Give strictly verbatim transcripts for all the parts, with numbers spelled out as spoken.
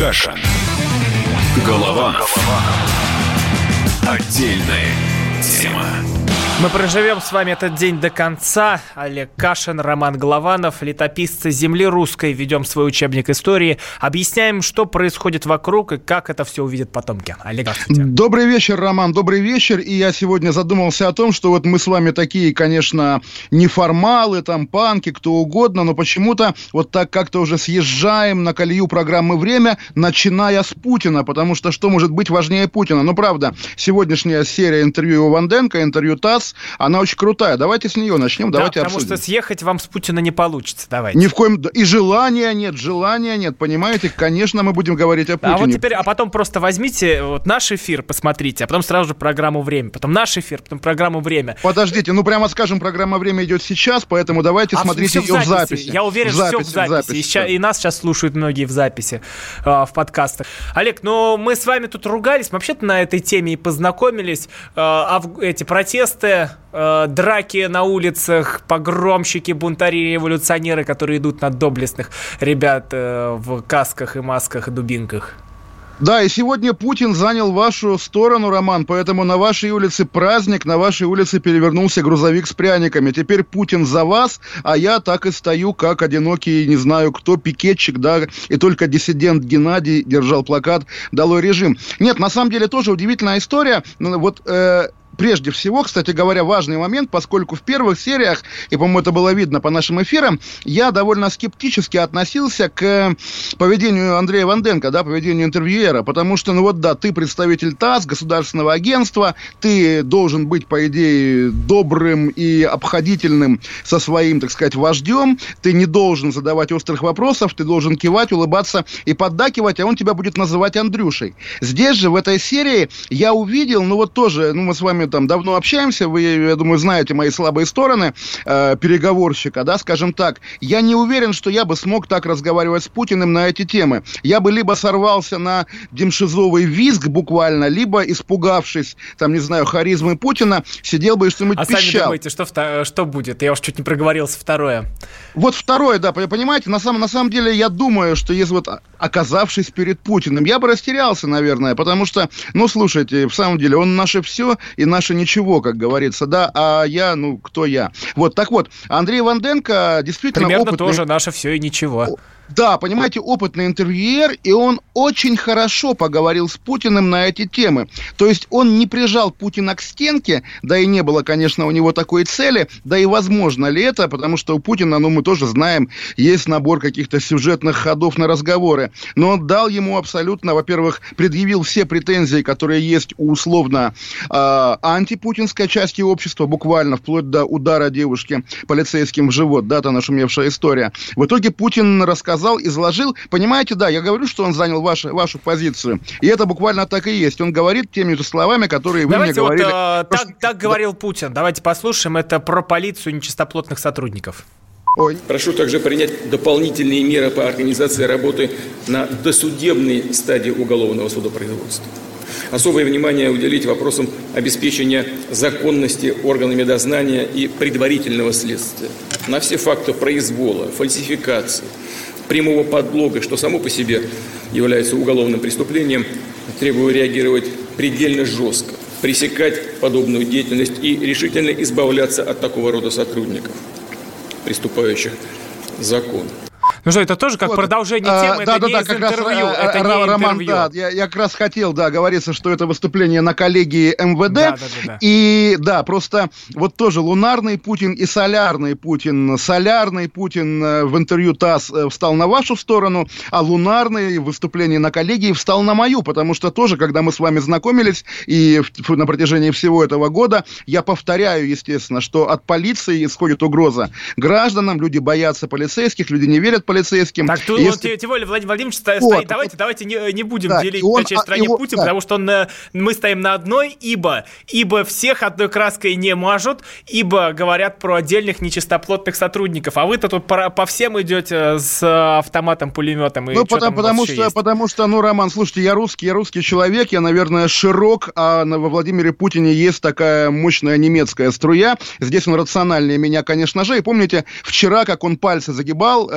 Кашин. Голованов. Отдельная тема. Мы проживем с вами этот день до конца. Олег Кашин, Роман Голованов, летописцы земли русской. Ведем свой учебник истории. Объясняем, что происходит вокруг и как это все увидят потомки. Олег, здравствуйте. Добрый вечер, Роман, добрый вечер. И я сегодня задумался о том, что вот мы с вами такие, конечно, неформалы, там, панки, кто угодно, но почему-то вот так как-то уже съезжаем на колею программы «Время», начиная с Путина, потому что что может быть важнее Путина? Ну, правда, сегодняшняя серия интервью Ванденко, интервью ТАСС, она очень крутая. Давайте с нее начнем, да, давайте потому обсудим. Потому что съехать вам с Путина не получится. Давайте. Ни в коем... И желания нет, желания нет, понимаете? Конечно, мы будем говорить о Путине. А вот теперь, а потом просто возьмите вот наш эфир, посмотрите, а потом сразу же программу «Время». Потом наш эфир, потом программу «Время». Подождите, ну прямо скажем, программа «Время» идет сейчас, поэтому давайте а смотрите ее в записи. в записи. Я уверен, что все в записи. В записи и, сейчас, и нас сейчас слушают многие в записи, э, в подкастах. Олег, ну мы с вами тут ругались, мы вообще-то на этой теме и познакомились. Э, а в, эти протесты, э, драки на улицах, погромщики, бунтари, революционеры, которые идут на доблестных ребят э, в касках и масках и дубинках. Да, и сегодня Путин занял вашу сторону, Роман, поэтому на вашей улице праздник, на вашей улице перевернулся грузовик с пряниками. Теперь Путин за вас, а я так и стою, как одинокий, не знаю кто, пикетчик, да, и только диссидент Геннадий держал плакат «Долой режим». Нет, на самом деле тоже удивительная история. Вот... Э- Прежде всего, кстати говоря, важный момент, поскольку в первых сериях, и, по-моему, это было видно по нашим эфирам, я довольно скептически относился к поведению Андрея Ванденко, да, поведению интервьюера, потому что, ну вот да, ты представитель ТАСС, государственного агентства, ты должен быть, по идее, добрым и обходительным со своим, так сказать, вождем, ты не должен задавать острых вопросов, ты должен кивать, улыбаться и поддакивать, а он тебя будет называть Андрюшей. Здесь же, в этой серии, я увидел, ну вот тоже, ну мы с вами там давно общаемся, вы, я думаю, знаете мои слабые стороны э, переговорщика, да, скажем так. Я не уверен, что я бы смог так разговаривать с Путиным на эти темы. Я бы либо сорвался на демшизовый визг буквально, либо, испугавшись, там, не знаю, харизмы Путина, сидел бы и что-нибудь а пищал. А сами думаете, что, что будет? Я уж чуть не проговорился, второе. Вот второе, да, понимаете, на самом, на самом деле я думаю, что если вот оказавшись перед Путиным, я бы растерялся, наверное, потому что, ну, слушайте, в самом деле, он наше все и наше ничего, как говорится, да, а я, ну, кто я? Вот, так вот, Андрей Ванденко действительно примерно опытный... тоже наше все и ничего. Да, понимаете, опытный интервьюер, и он очень хорошо поговорил с Путиным на эти темы. То есть он не прижал Путина к стенке, да и не было, конечно, у него такой цели, да и возможно ли это, потому что у Путина, ну, мы тоже знаем, есть набор каких-то сюжетных ходов на разговоры. Но он дал ему абсолютно, во-первых, предъявил все претензии, которые есть у условно э, антипутинской части общества, буквально, вплоть до удара девушки полицейским в живот, да, та нашумевшая история. В итоге Путин рассказал, изложил. Понимаете, да, я говорю, что он занял вашу, вашу позицию. И это буквально так и есть. Он говорит теми же словами, которые вы Давайте мне вот, говорили. Э, так, так говорил да. Путин. Давайте послушаем. Это про полицию нечистоплотных сотрудников. Ой. Прошу также принять дополнительные меры по организации работы на досудебной стадии уголовного судопроизводства. Особое внимание уделить вопросам обеспечения законности органами дознания и предварительного следствия. На все факты произвола, фальсификации, прямого подлога, что само по себе является уголовным преступлением, требую реагировать предельно жестко, пресекать подобную деятельность и решительно избавляться от такого рода сотрудников, приступающих к закону. Ну что, это тоже как вот. Продолжение темы, а, это да, не да, из интервью, раз, это Р- не Роман, интервью. Да, я, я как раз хотел, да, говорится, что это выступление на коллегии эм вэ дэ, да, да, да, да. И, да, просто вот тоже лунарный Путин и солярный Путин. Солярный Путин в интервью ТАСС встал на вашу сторону, а лунарный в выступлении на коллегии встал на мою, потому что тоже, когда мы с вами знакомились, и в, на протяжении всего этого года, я повторяю, естественно, что от полиции исходит угроза гражданам, люди боятся полицейских, люди не верят полицейским. Так, тут если... он, тем более Владимир Владимирович стоит. Вот, давайте, вот, давайте не, не будем да, делить он, на часть стране его, Путин, да. Потому что он, мы стоим на одной, ибо, ибо всех одной краской не мажут, ибо говорят про отдельных нечистоплотных сотрудников. А вы-то тут по, по всем идете с автоматом, пулеметом. И ну, потому, потому, что, потому что, ну, Роман, слушайте, я русский, я русский человек, я, наверное, широк, а во Владимире Путине есть такая мощная немецкая струя. Здесь он рациональнее меня, конечно же. И помните, вчера, как он пальцы загибал, считал,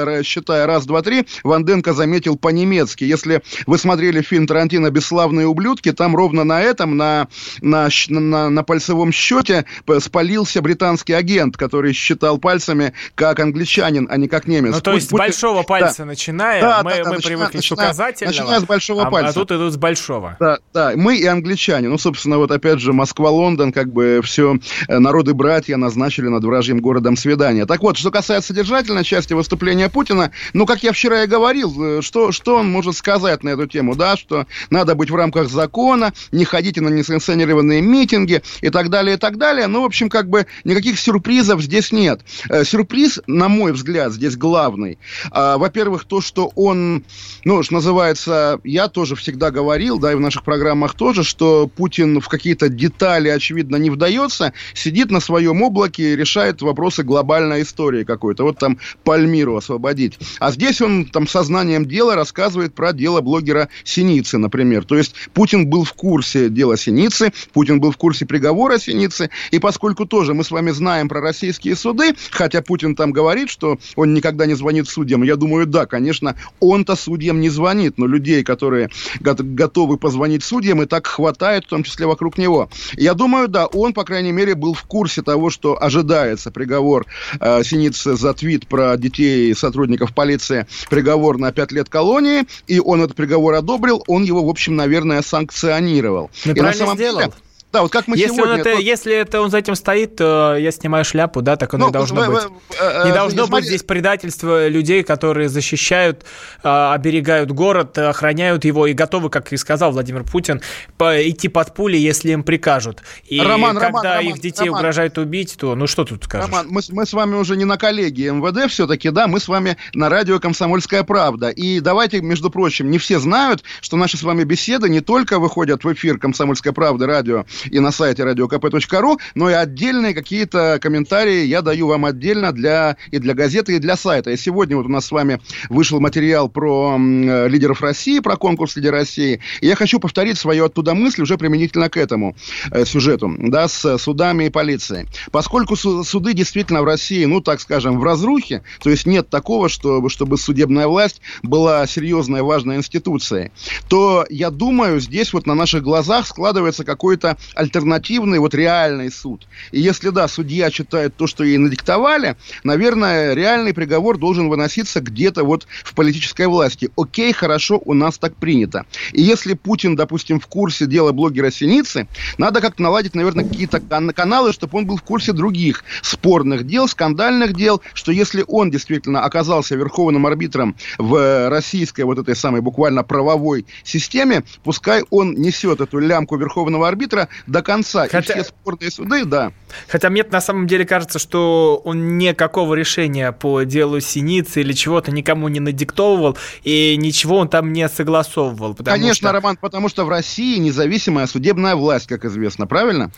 читая «Раз, два, три», Ванденко заметил по-немецки. Если вы смотрели фильм Тарантино «Бесславные ублюдки», там ровно на этом, на, на, на, на пальцевом счете спалился британский агент, который считал пальцами как англичанин, а не как немец. Ну, то есть Путин... с большого пальца да. начиная, да, мы, да, да, мы начиная, привыкли начиная, с указательного, начиная с большого а, пальца. а тут идут с большого. Да, да, мы и англичане. Ну, собственно, вот опять же, Москва-Лондон, как бы все народы-братья назначили над вражьим городом свидания. Так вот, что касается содержательной части выступления Путина, ну, как я вчера и говорил, что, что он может сказать на эту тему, да, что надо быть в рамках закона, не ходите на несанкционированные митинги и так далее, и так далее. Ну, в общем, как бы никаких сюрпризов здесь нет. Сюрприз, на мой взгляд, здесь главный. Во-первых, то, что он, ну, что называется, я тоже всегда говорил, да, и в наших программах тоже, что Путин в какие-то детали, очевидно, не вдается, сидит на своем облаке и решает вопросы глобальной истории какой-то. Вот там Пальмиру освободить. А здесь он там сознанием дела рассказывает про дело блогера Синицы, например. То есть Путин был в курсе дела Синицы, Путин был в курсе приговора Синицы, и поскольку тоже мы с вами знаем про российские суды, хотя Путин там говорит, что он никогда не звонит судьям, я думаю, да, конечно, он-то судьям не звонит, но людей, которые готовы позвонить судьям, и так хватает, в том числе вокруг него. Я думаю, да, он, по крайней мере, был в курсе того, что ожидается приговор э, Синицы за твит про детей сотрудников полиции, приговор на пять лет колонии, и он этот приговор одобрил, он его, в общем, наверное, санкционировал. Ну, и на самом сделал. деле... Да, вот как мы если сегодня... Он это, вот... Если это он за этим стоит, то я снимаю шляпу, да, так оно ну, и должно вы, быть. Вы, э, не должно быть смотри... здесь предательства людей, которые защищают, э, оберегают город, охраняют его и готовы, как и сказал Владимир Путин, по, идти под пули, если им прикажут. И Роман, когда Роман, их детей Роман, угрожают убить, то ну что тут скажешь? Роман, мы, мы с вами уже не на коллегии эм вэ дэ все-таки, да, мы с вами на радио «Комсомольская правда». И давайте, между прочим, не все знают, что наши с вами беседы не только выходят в эфир «Комсомольская правда» радио и на сайте радио ка пэ точка ру, но и отдельные какие-то комментарии я даю вам отдельно для, и для газеты, и для сайта. И сегодня вот у нас с вами вышел материал про м, лидеров России, про конкурс «Лидер России». И я хочу повторить свою оттуда мысль уже применительно к этому э, сюжету, да, с судами и полицией. Поскольку су- суды действительно в России, ну, так скажем, в разрухе, то есть нет такого, чтобы, чтобы судебная власть была серьезной, важной институцией, то, я думаю, здесь вот на наших глазах складывается какой-то альтернативный альтернативный, вот реальный суд. И если, да, судья читает то, что ей надиктовали, наверное, реальный приговор должен выноситься где-то вот в политической власти. Окей, хорошо, у нас так принято. И если Путин, допустим, в курсе дела блогера Синицы, надо как-то наладить, наверное, какие-то кан- каналы, чтобы он был в курсе других спорных дел, скандальных дел, что если он действительно оказался верховным арбитром в российской вот этой самой буквально правовой системе, пускай он несет эту лямку верховного арбитра до конца. Хотя... И все спорные суды, да. Хотя мне на самом деле кажется, что он никакого решения по делу Синицы или чего-то никому не надиктовывал, и ничего он там не согласовывал. Конечно, что... Роман, потому что в России независимая судебная власть, как известно, правильно?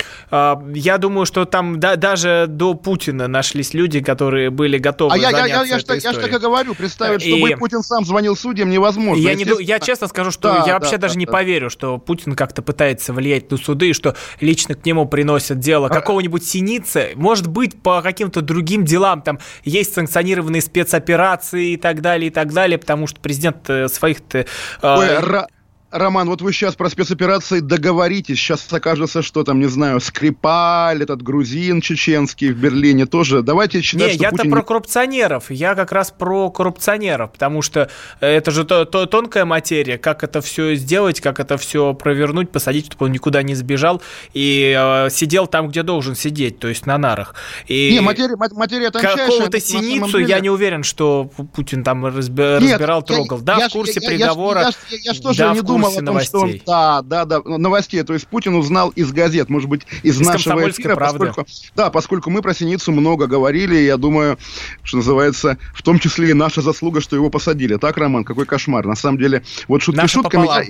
Я думаю, что там да, даже до Путина нашлись люди, которые были готовы а я, заняться я, я, я, этой я, я же так и говорю, представить, и... чтобы Путин сам звонил судьям, невозможно. Я, не, я честно скажу, что да, я вообще да, даже да, не да. поверю, что Путин как-то пытается влиять на суды, и что лично к нему приносят дело какого-нибудь Синицы, может быть, по каким-то другим делам, там есть санкционированные спецоперации и так далее, и так далее, потому что президент своих-то... Ой, э... ра... Роман, вот вы сейчас про спецоперации договоритесь. Сейчас окажется, что там, не знаю, Скрипаль, этот грузин чеченский в Берлине тоже. Давайте считать, не, что я-то Путин... про коррупционеров. Я как раз про коррупционеров, потому что это же то, то, тонкая материя. Как это все сделать, как это все провернуть, посадить, чтобы он никуда не сбежал и э, сидел там, где должен сидеть, то есть на нарах. И не, материя, материя тончайшая. Какого-то Синицу я не уверен, что Путин там разбирал, Нет, трогал. Я, да, я, в курсе я, приговора. Я, я, я, я, я тоже да, не думал. О том, что он, да, да, да, новостей. То есть Путин узнал из газет, может быть, из, из нашего эфира, поскольку, да, поскольку мы про Синицу много говорили, и я думаю, что называется, в том числе и наша заслуга, что его посадили. Так, Роман, какой кошмар. На самом деле, вот шутки Наша шутками. Я,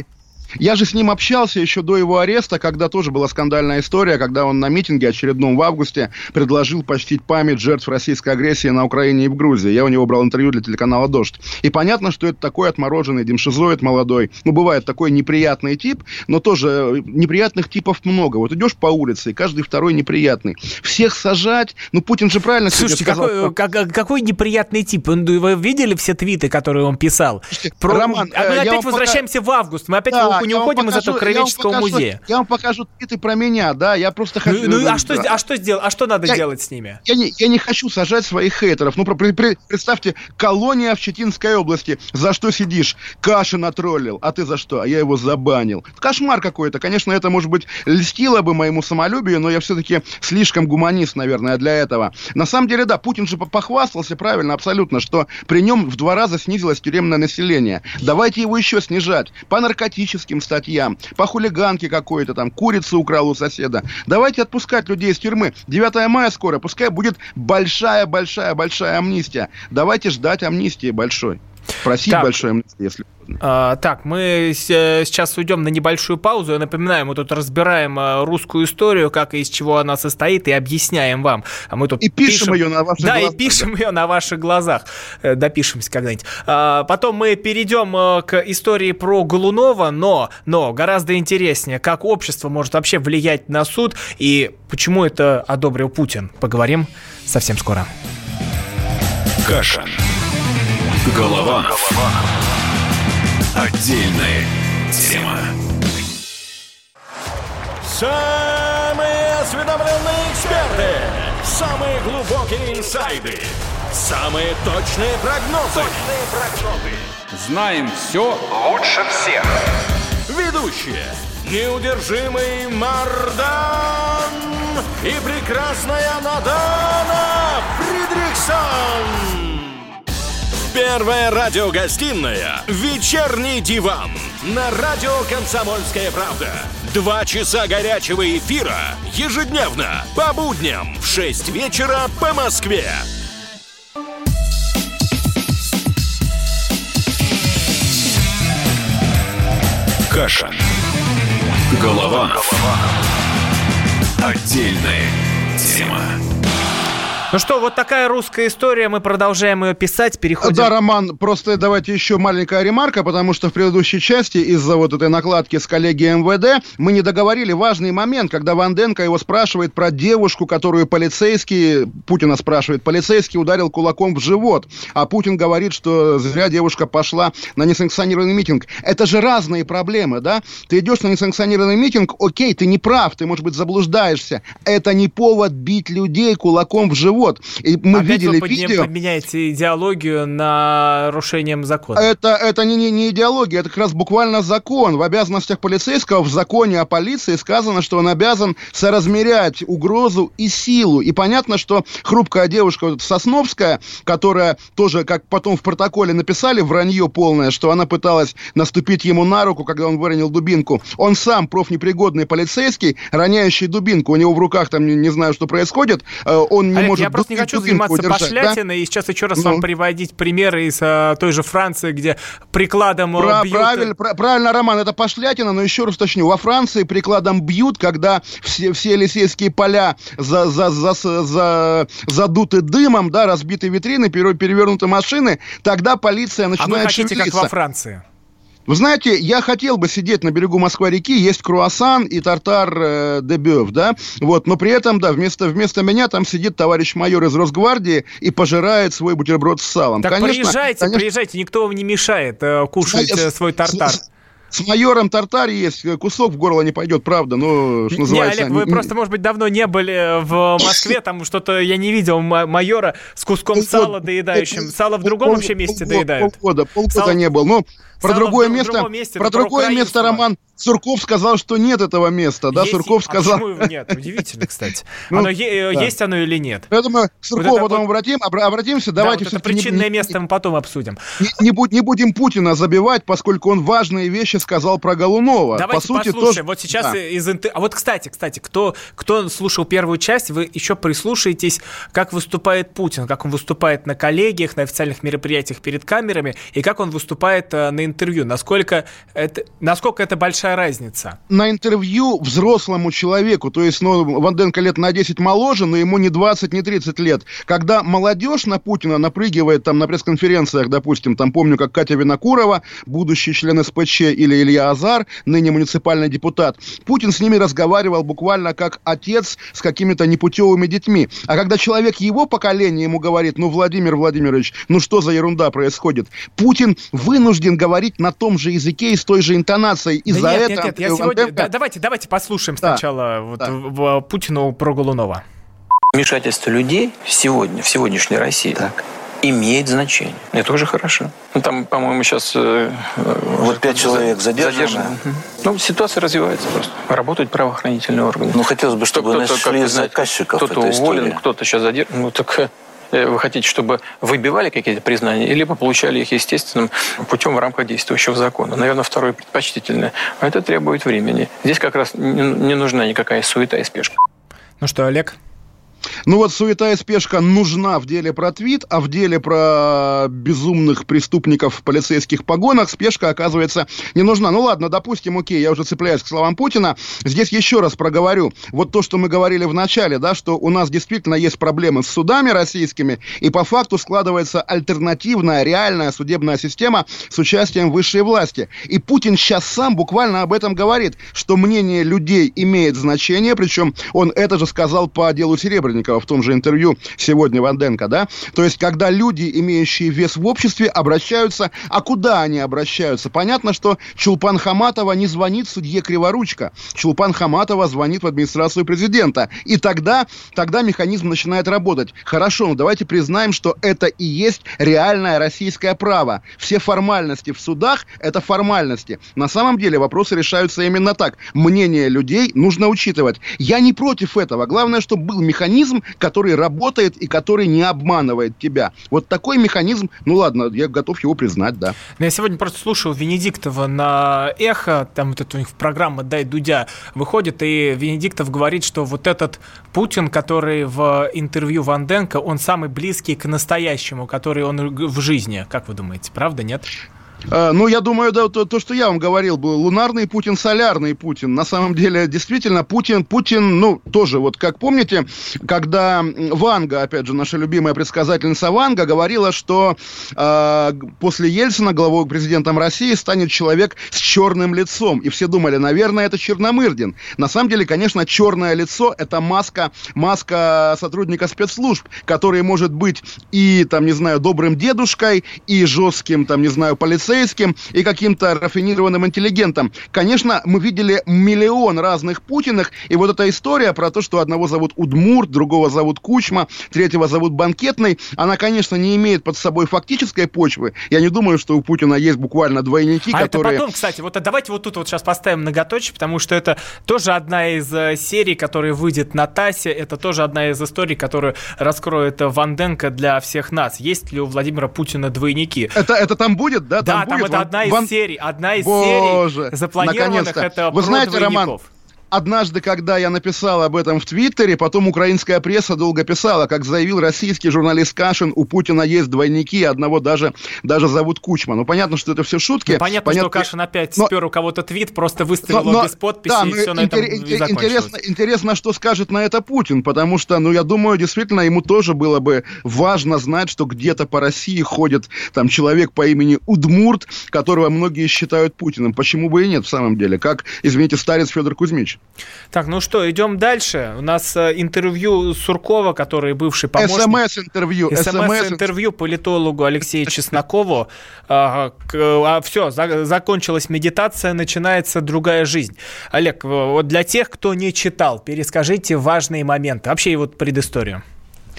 Я же с ним общался еще до его ареста, когда тоже была скандальная история, когда он на митинге очередном в августе предложил почтить память жертв российской агрессии на Украине и в Грузии. Я у него брал интервью для телеканала «Дождь». И понятно, что это такой отмороженный демшизоид молодой. Ну, бывает такой неприятный тип, но тоже неприятных типов много. Вот идешь по улице, и каждый второй неприятный. Всех сажать, ну, Путин же правильно Слушайте, сказал. Какой, как, какой неприятный тип? Вы видели все твиты, которые он писал? Слушайте, Про... Роман, а мы опять я возвращаемся пока... в август. Мы опять да, не уходим покажу, из этого Кровеческого покажу, музея. Я вам покажу твиты про меня, да, я просто хочу... Ну, ну а, что, а, что сделать, а что надо я, делать с ними? Я не, я не хочу сажать своих хейтеров. Ну, при, при, представьте, колония в Читинской области. За что сидишь? Кашин отроллил. А ты за что? А я его забанил. Кошмар какой-то. Конечно, это, может быть, льстило бы моему самолюбию, но я все-таки слишком гуманист, наверное, для этого. На самом деле, да, Путин же похвастался, правильно, абсолютно, что при нем в два раза снизилось тюремное население. Давайте его еще снижать. По наркотическим статьям, по хулиганке какой-то там, курицу украл у соседа. Давайте отпускать людей из тюрьмы. девятое мая скоро, пускай будет большая-большая-большая амнистия. Давайте ждать амнистии большой. Просить так, большой амнистии, если угодно. А, так, мы с, сейчас уйдем на небольшую паузу. Я напоминаю, мы тут разбираем а, русскую историю, как и из чего она состоит, и объясняем вам. А мы тут и пишем, пишем ее на ваших да, глазах. Да, и пишем ее на ваших глазах. Допишемся когда-нибудь. А, потом мы перейдем к истории про Голунова, но, но гораздо интереснее, как общество может вообще влиять на суд и почему это одобрил Путин. Поговорим совсем скоро. Каша. Голова. Голова. Отдельная тема. Самые осведомленные эксперты. Самые глубокие инсайды. Самые точные прогнозы. Точные прогнозы. Знаем все лучше всех. Ведущие. Неудержимый Мардан и прекрасная Надана Фридрихсон. Первая радиогостинная «Вечерний диван» на радио «Комсомольская правда». Два часа горячего эфира ежедневно по будням в шесть вечера по Москве. Каша. Голова. Голова. Отдельная тема. Ну что, вот такая русская история, мы продолжаем ее писать, переходим... Да, Роман, просто давайте еще маленькая ремарка, потому что в предыдущей части из-за вот этой накладки с коллегией эм вэ дэ мы не договорили важный момент, когда Ванденко его спрашивает про девушку, которую полицейский, Путина спрашивает, полицейский ударил кулаком в живот, а Путин говорит, что зря девушка пошла на несанкционированный митинг. Это же разные проблемы, да? Ты идешь на несанкционированный митинг, окей, ты не прав, ты, может быть, заблуждаешься. Это не повод бить людей кулаком в живот. Вот. И мы Опять видели вы видео. Поменяете идеологию нарушением закона. Это, это не, не, не идеология, это как раз буквально закон. В обязанностях полицейского, в законе о полиции сказано, что он обязан соразмерять угрозу и силу. И понятно, что хрупкая девушка вот, Сосновская, которая тоже, как потом в протоколе написали, вранье полное, что она пыталась наступить ему на руку, когда он выронил дубинку. Он сам профнепригодный полицейский, роняющий дубинку. У него в руках там, не, не знаю, что происходит. Он не Олег, может... Я просто не хочу заниматься удержать, пошлятиной, да? И сейчас еще раз ну. вам приводить примеры из а, той же Франции, где прикладом Про, бьют... Правиль, про, правильно, Роман, это пошлятина, но еще раз уточню. Во Франции прикладом бьют, когда все, все Елисейские поля за, за, за, за, задуты дымом, да, разбиты витрины, перевернуты машины, тогда полиция начинает шевелиться. А вы хотите, шевелиться. Как во Франции? Вы знаете, я хотел бы сидеть на берегу Москва-реки, есть круассан и тартар э, де бёв, да, вот, но при этом, да, вместо, вместо меня там сидит товарищ майор из Росгвардии и пожирает свой бутерброд с салом. Так конечно, приезжайте, конечно... приезжайте, никто вам не мешает э, кушать с, свой тартар. С, с майором тартар есть, кусок в горло не пойдет, правда, ну, что называется... Не, Олег, вы не, просто, может быть, давно не были в Москве, там что-то я не видел майора с куском сала доедающим. Сало в другом вообще месте доедают. Полгода, полгода не был, ну... Про другое место, месте, про другое место, Роман, Сурков сказал, что нет этого места, да, есть, Сурков сказал... А почему его нет? Удивительно, кстати. Ну, оно, е- да. Есть оно или нет? Поэтому к Суркову вот потом вот... обратим, обра- обратимся, да, давайте... Вот это причинное не, место мы потом обсудим. Не, не, будь, не будем Путина забивать, поскольку он важные вещи сказал про Голунова. Давайте По сути, послушаем. Тоже... Вот сейчас да. из интер... А вот, кстати, кстати, кто, кто слушал первую часть, вы еще прислушаетесь, как выступает Путин, как он выступает на коллегиях, на официальных мероприятиях перед камерами, и как он выступает э, на интервью. Насколько это, насколько это большая разница? На интервью взрослому человеку, то есть, ну, Ванденко лет на десять моложе, но ему не двадцать, не тридцать лет. Когда молодежь на Путина напрыгивает там на пресс-конференциях, допустим, там помню, как Катя Винокурова, будущий член СПЧ, или Илья Азар, ныне муниципальный депутат, Путин с ними разговаривал буквально как отец с какими-то непутевыми детьми. А когда человек его поколения ему говорит, ну, Владимир Владимирович, ну что за ерунда происходит? Путин вынужден говорить на том же языке и с той же интонацией. И да за нет, это... Нет, нет, я сегодня... да, давайте, давайте послушаем да, сначала вот да. в, в, Путину про Голунова. Вмешательство людей сегодня, в сегодняшней России так. имеет значение. Это уже хорошо. Ну, там, по-моему, сейчас... Э, вот пять человек задержано. задержано. Ну, ситуация развивается просто. Работают правоохранительные органы. Ну, хотелось бы, чтобы кто-то, нашли заказчиков кто-то этой уволен, истории. Кто-то сейчас задержан. Ну, так... Вы хотите, чтобы выбивали какие-то признания, либо получали их естественным путем в рамках действующего закона? Наверное, второе предпочтительное. А это требует времени. Здесь как раз не нужна никакая суета и спешка. Ну что, Олег? Ну вот суета и спешка нужна в деле про твит, а в деле про безумных преступников в полицейских погонах спешка, оказывается, не нужна. Ну ладно, допустим, окей, я уже цепляюсь к словам Путина. Здесь еще раз проговорю. Вот то, что мы говорили в начале, да, что у нас действительно есть проблемы с судами российскими, и по факту складывается альтернативная, реальная судебная система с участием высшей власти. И Путин сейчас сам буквально об этом говорит, что мнение людей имеет значение, причем он это же сказал по делу Серебренникова в том же интервью сегодня Ванденко, да? То есть, когда люди, имеющие вес в обществе, обращаются, а куда они обращаются? Понятно, что Чулпан Хаматова не звонит судье Криворучко. Чулпан Хаматова звонит в администрацию президента. И тогда, тогда механизм начинает работать. Хорошо, ну давайте признаем, что это и есть реальное российское право. Все формальности в судах – это формальности. На самом деле вопросы решаются именно так. Мнение людей нужно учитывать. Я не против этого. Главное, чтобы был механизм, который работает и который не обманывает тебя. Вот такой механизм, ну ладно, я готов его признать, да. Но я сегодня просто слушал Венедиктова на «Эхо», там вот это у них программа «Дай Дудя» выходит, и Венедиктов говорит, что вот этот Путин, который в интервью Ванденко, он самый близкий к настоящему, который он в жизни. Как вы думаете, правда, нет? Uh, ну, я думаю, да, то, то, что я вам говорил, был лунарный Путин, солярный Путин. На самом деле, действительно, Путин, Путин, ну, тоже, вот как помните, когда Ванга, опять же, наша любимая предсказательница Ванга, говорила, что э, после Ельцина главой президентом России станет человек с черным лицом. И все думали, наверное, это Черномырдин. На самом деле, конечно, черное лицо – это маска, маска сотрудника спецслужб, который может быть и, там, не знаю, добрым дедушкой, и жестким, там, не знаю, полицейским, и каким-то рафинированным интеллигентом. Конечно, мы видели миллион разных Путиных, и вот эта история про то, что одного зовут Удмурт, другого зовут Кучма, третьего зовут Банкетный, она, конечно, не имеет под собой фактической почвы. Я не думаю, что у Путина есть буквально двойники, а которые... А это потом, кстати, вот давайте вот тут вот сейчас поставим многоточие, потому что это тоже одна из э, серий, которая выйдет на ТАССе, это тоже одна из историй, которую раскроет Ванденко для всех нас. Есть ли у Владимира Путина двойники? Это, это там будет, да? Да, там, там это одна из Ван... серий, одна из Боже, серий запланированных, это Вы про знаете, двойников. Роман, однажды, когда я написал об этом в Твиттере, потом украинская пресса долго писала, как заявил российский журналист Кашин, у Путина есть двойники, одного даже, даже зовут Кучма. Ну, понятно, что это все шутки. Ну, понятно, понятно, что Кашин опять но... спер у кого-то твит, просто выставил его без подписи, да, и все на этом и закончилось. Интересно, интересно, что скажет на это Путин, потому что, ну, я думаю, действительно, ему тоже было бы важно знать, что где-то по России ходит там человек по имени Удмурт, которого многие считают Путиным. Почему бы и нет, в самом деле? Как, извините, старец Федор Кузьмич. Так, ну что, идем дальше. У нас э, интервью Суркова, который бывший помощник. СМС-интервью. СМС-интервью политологу Алексею Чеснокову. А, а, все, за, закончилась медитация, начинается другая жизнь. Олег, вот для тех, кто не читал, перескажите важные моменты. Вообще вот предысторию.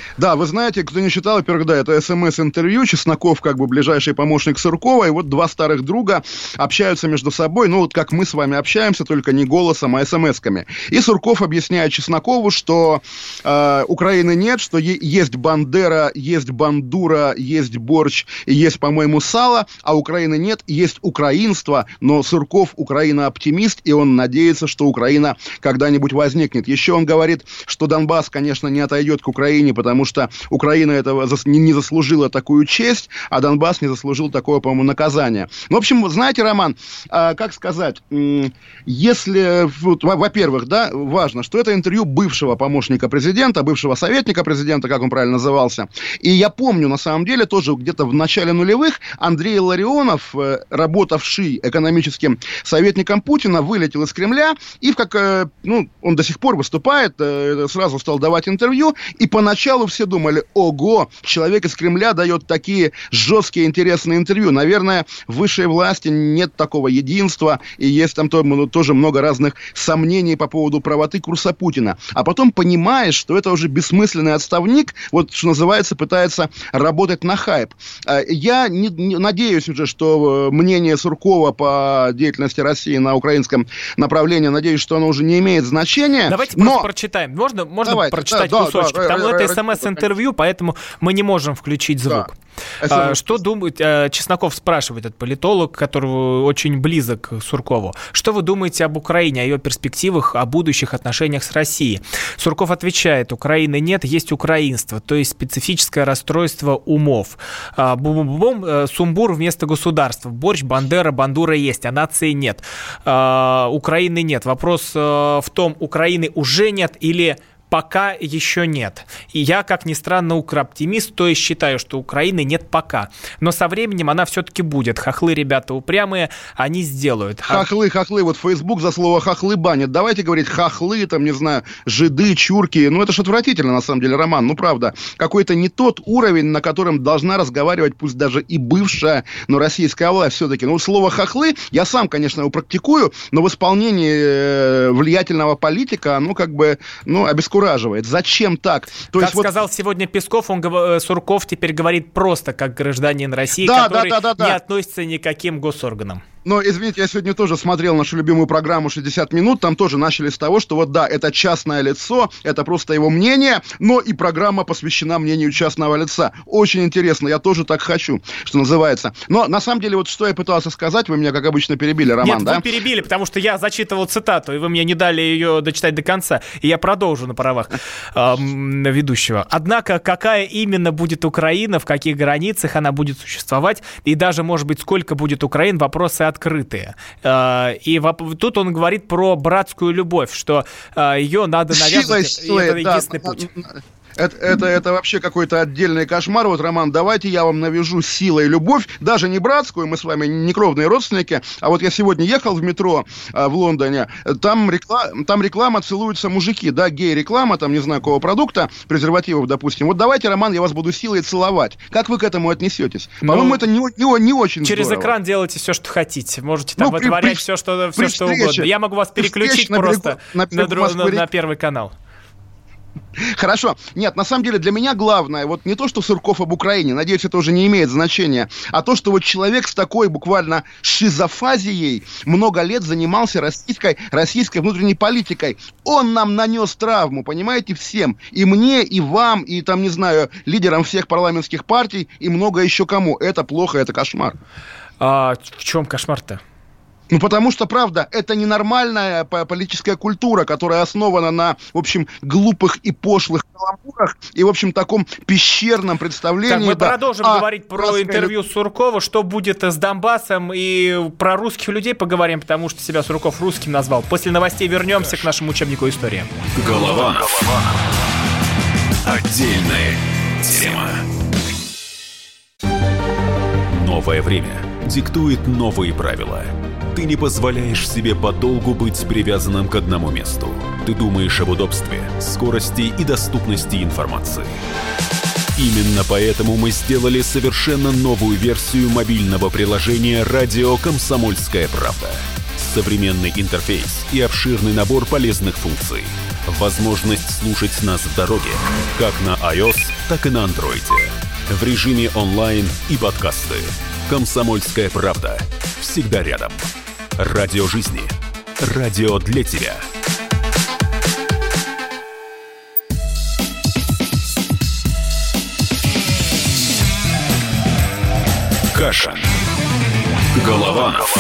Да, вы знаете, кто не читал, во-первых, да, это СМС-интервью, Чесноков, как бы ближайший помощник Суркова, и вот два старых друга общаются между собой, ну вот как мы с вами общаемся, только не голосом, а СМС-ками. И Сурков объясняет Чеснокову, что э, Украины нет, что е- есть Бандера, есть Бандура, есть борщ, и есть, по-моему, сало, а Украины нет, есть украинство, но Сурков Украина-оптимист, и он надеется, что Украина когда-нибудь возникнет. Еще он говорит, что Донбасс, конечно, не отойдет к Украине, потому что Украина этого не заслужила такую честь, а Донбасс не заслужил такое, по-моему, наказание. Ну, в общем, знаете, Роман, а, как сказать, если, вот, во-первых, да, важно, что это интервью бывшего помощника президента, бывшего советника президента, как он правильно назывался, и я помню, на самом деле, тоже где-то в начале нулевых Андрей Илларионов, работавший экономическим советником Путина, вылетел из Кремля, и как, ну, он до сих пор выступает, сразу стал давать интервью, и поначалу все думали, ого, человек из Кремля дает такие жесткие, интересные интервью. Наверное, в высшей власти нет такого единства, и есть там тоже много разных сомнений по поводу правоты курса Путина. А потом понимаешь, что это уже бессмысленный отставник, вот, что называется, пытается работать на хайп. Я не, не, надеюсь уже, что мнение Суркова по деятельности России на украинском направлении, надеюсь, что оно уже не имеет значения. Давайте но... просто прочитаем. Можно, можно Давайте, прочитать да, кусочки? Да, да, Там это СМС-интервью, поэтому мы не можем включить звук. Да. Что думает, Чесноков спрашивает, этот политолог, который очень близок к Суркову. Что вы думаете об Украине, о ее перспективах, о будущих отношениях с Россией? Сурков отвечает, Украины нет, есть украинство, то есть специфическое расстройство умов. Бум-бум-бум, сумбур вместо государства. Борщ, Бандера, Бандура есть, а нации нет. Украины нет. Вопрос в том, Украины уже нет или... Пока еще нет. И я, как ни странно, укроптимист, то есть считаю, что Украины нет пока. Но со временем она все-таки будет. Хохлы, ребята, упрямые, они сделают. Хохлы, хохлы. Вот Facebook за слово хохлы банят. Давайте говорить хохлы, там, не знаю, жиды, чурки. Ну, это ж отвратительно, на самом деле, Роман. Ну, правда. Какой-то не тот уровень, на котором должна разговаривать, пусть даже и бывшая, но российская власть все-таки. Ну, слово хохлы, я сам, конечно, его практикую, но в исполнении влиятельного политика, ну, как бы, ну, обескураживает. Зачем так? То как есть сказал вот... сегодня Песков, он, Сурков теперь говорит просто как гражданин России, да, который да, да, да, не да. относится ни к каким госорганам. Но, извините, я сегодня тоже смотрел нашу любимую программу шестьдесят минут, там тоже начали с того, что вот да, это частное лицо, это просто его мнение, но и программа посвящена мнению частного лица. Очень интересно, я тоже так хочу, что называется. Но, на самом деле, вот что я пытался сказать, вы меня, как обычно, перебили, Роман, Нет, да? Нет, вы перебили, потому что я зачитывал цитату, и вы мне не дали ее дочитать до конца, и я продолжу на правах э, ведущего. Однако, какая именно будет Украина, в каких границах она будет существовать, и даже, может быть, сколько будет Украин, вопросы открытые. И тут он говорит про братскую любовь, что ее надо навязывать, силой, и это да, единственный путь. Это, это, это вообще какой-то отдельный кошмар. Вот, Роман, давайте я вам навяжу силой любовь, даже не братскую, мы с вами не кровные родственники, а вот я сегодня ехал в метро а, в Лондоне, там, рекла... там реклама «Целуются мужики», да, гей-реклама, там, не знаю, какого продукта, презервативов, допустим. Вот давайте, Роман, я вас буду силой целовать. Как вы к этому отнесетесь? По-моему, ну, это не, не, не очень через здорово. Экран делайте все, что хотите. Можете там ну, вытворять при, все, что, все, что встрече, угодно. Я могу вас переключить просто на, на, на, на, на Первый канал. Хорошо. Нет, на самом деле для меня главное, вот не то, что Сурков об Украине, надеюсь, это уже не имеет значения, а то, что вот человек с такой буквально шизофазией много лет занимался российской, российской внутренней политикой. Он нам нанес травму, понимаете, всем. И мне, и вам, и там, не знаю, лидерам всех парламентских партий, и много еще кому. Это плохо, это кошмар. А в чем кошмар-то? Ну, потому что, правда, это ненормальная политическая культура, которая основана на, в общем, глупых и пошлых каламбурах и, в общем, таком пещерном представлении. Так, мы да, продолжим а, говорить про раскали... интервью Суркова, что будет с Донбассом, и про русских людей поговорим, потому что себя Сурков русским назвал. После новостей вернемся к нашему учебнику истории. Голованов. Отдельная тема. Новое время диктует новые правила. Ты не позволяешь себе подолгу быть привязанным к одному месту. Ты думаешь об удобстве, скорости и доступности информации. Именно поэтому мы сделали совершенно новую версию мобильного приложения «Радио Комсомольская правда». Современный интерфейс и обширный набор полезных функций. Возможность слушать нас в дороге, как на iOS, так и на Android. В режиме онлайн и подкасты. «Комсомольская правда». Всегда рядом. Радио жизни. Радио для тебя. Кашин. Голованов.